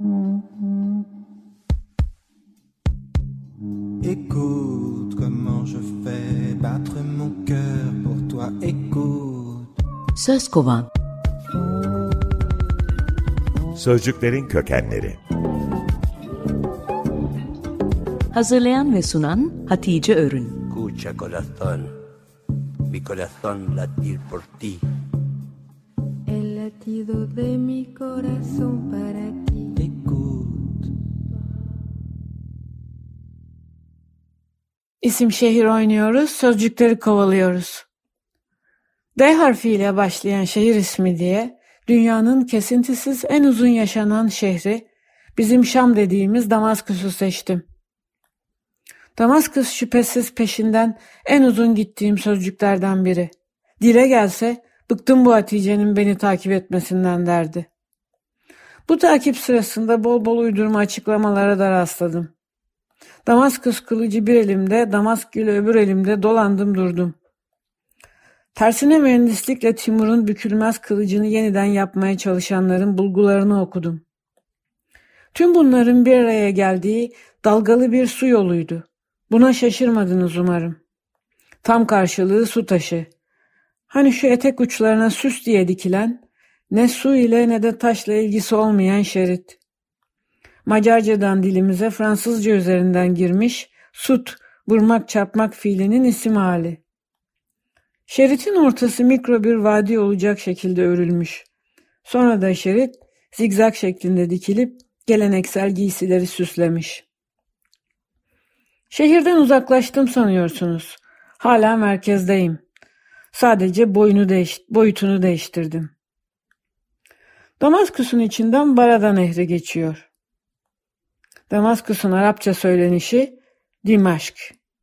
Écoute comment je fais battre mon cœur pour toi, écoute. Söz kovan. Sözcüklerin kökenleri. Hazırlayan ve sunan Hatice Örün. Escucha corazón, mi corazón latir por ti. El latido de mi corazón para ti. Écoute. İsim şehir oynuyoruz, sözcükleri kovalıyoruz. D harfiyle başlayan şehir ismi diye dünyanın kesintisiz en uzun yaşanan şehri, bizim Şam dediğimiz Damaskus'u seçtim. Damaskus şüphesiz peşinden en uzun gittiğim sözcüklerden biri. Dile gelse bıktım bu Hatice'nin beni takip etmesinden derdi. Bu takip sırasında bol bol uydurma açıklamalara da rastladım. Damaskus kılıcı bir elimde, Damask gülü öbür elimde dolandım durdum. Tersine mühendislikle Timur'un bükülmez kılıcını yeniden yapmaya çalışanların bulgularını okudum. Tüm bunların bir araya geldiği dalgalı bir su yoluydu. Buna şaşırmadınız umarım. Tam karşılığı su taşı. Hani şu etek uçlarına süs diye dikilen, ne su ile ne de taşla ilgisi olmayan şerit. Macarcadan dilimize Fransızca üzerinden girmiş, sut, vurmak çarpmak fiilinin isim hali. Şeritin ortası mikro bir vadi olacak şekilde örülmüş. Sonra da şerit zigzag şeklinde dikilip geleneksel giysileri süslemiş. Şehirden uzaklaştım sanıyorsunuz. Hala merkezdeyim. Sadece boyutunu değiştirdim. Damaskus'un içinden Barada Nehri geçiyor. Damaskus'un Arapça söylenişi Dimaşk.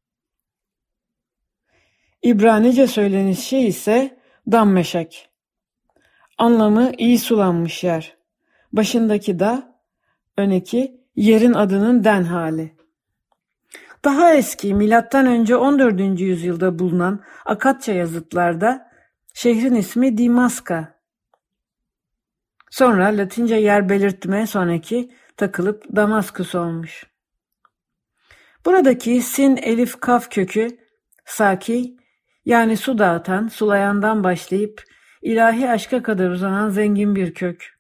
İbranice söylenişi ise Dammeşek. Anlamı iyi sulanmış yer. Başındaki da, öneki yerin adının den hali. Daha eski M.Ö. 14. yüzyılda bulunan Akatça yazıtlarda şehrin ismi Dimaska. Sonra Latince yer belirtme sonraki takılıp Damaskus olmuş. Buradaki sin, elif, kaf kökü saki, yani su dağıtan, sulayandan başlayıp ilahi aşka kadar uzanan zengin bir kök.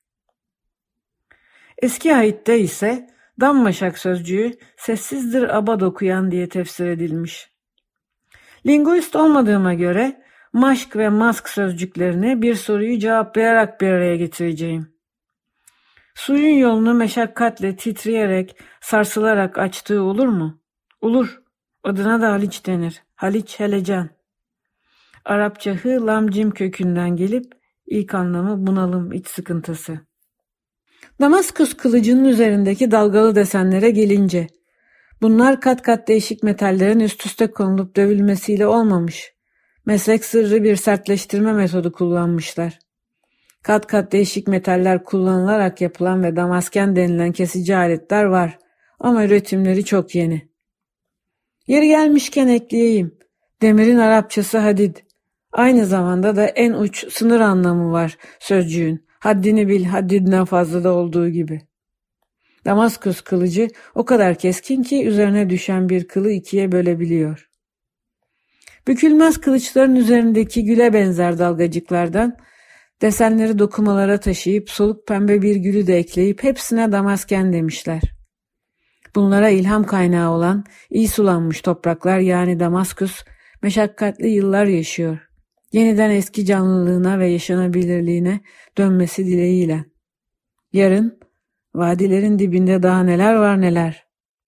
Eski ahitte ise Dammaşak sözcüğü sessizdir abad okuyan diye tefsir edilmiş. Linguist olmadığıma göre maşk ve mask sözcüklerini bir soruyu cevaplayarak bir araya getireceğim. Suyun yolunu meşakkatle titreyerek, sarsılarak açtığı olur mu? Olur. Adına da Haliç denir. Haliç Helecan. Arapça hı lam cim kökünden gelip ilk anlamı bunalım, iç sıkıntısı. Damaskus kılıcının üzerindeki dalgalı desenlere gelince, bunlar kat kat değişik metallerin üst üste konulup dövülmesiyle olmamış. Meslek sırrı bir sertleştirme metodu kullanmışlar. Kat kat değişik metaller kullanılarak yapılan ve damasken denilen kesici aletler var ama üretimleri çok yeni. Yeri gelmişken ekleyeyim. Demirin Arapçası hadid. Aynı zamanda da en uç sınır anlamı var sözcüğün. Haddini bil, haddidinden fazla da olduğu gibi. Damaskus kılıcı o kadar keskin ki üzerine düşen bir kılı ikiye bölebiliyor. Bükülmez kılıçların üzerindeki güle benzer dalgacıklardan desenleri dokumalara taşıyıp soluk pembe bir gülü de ekleyip hepsine damasken demişler. Bunlara ilham kaynağı olan iyi sulanmış topraklar yani Damaskus meşakkatli yıllar yaşıyor. Yeniden eski canlılığına ve yaşanabilirliğine dönmesi dileğiyle. Yarın vadilerin dibinde daha neler var neler.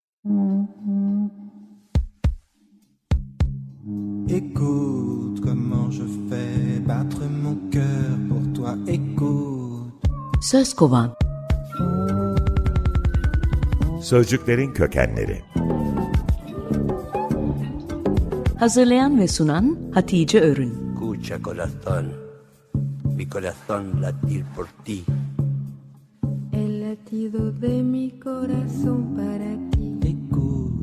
Écoute comment je fais battre mon cœur pour toi, écoute. Söz kovan. Sözcüklerin kökenleri. Hazırlayan ve sunan Hatice Örün. Escucha corazón, mi corazón latir por ti. El latido de mi corazón para ti. Écoute.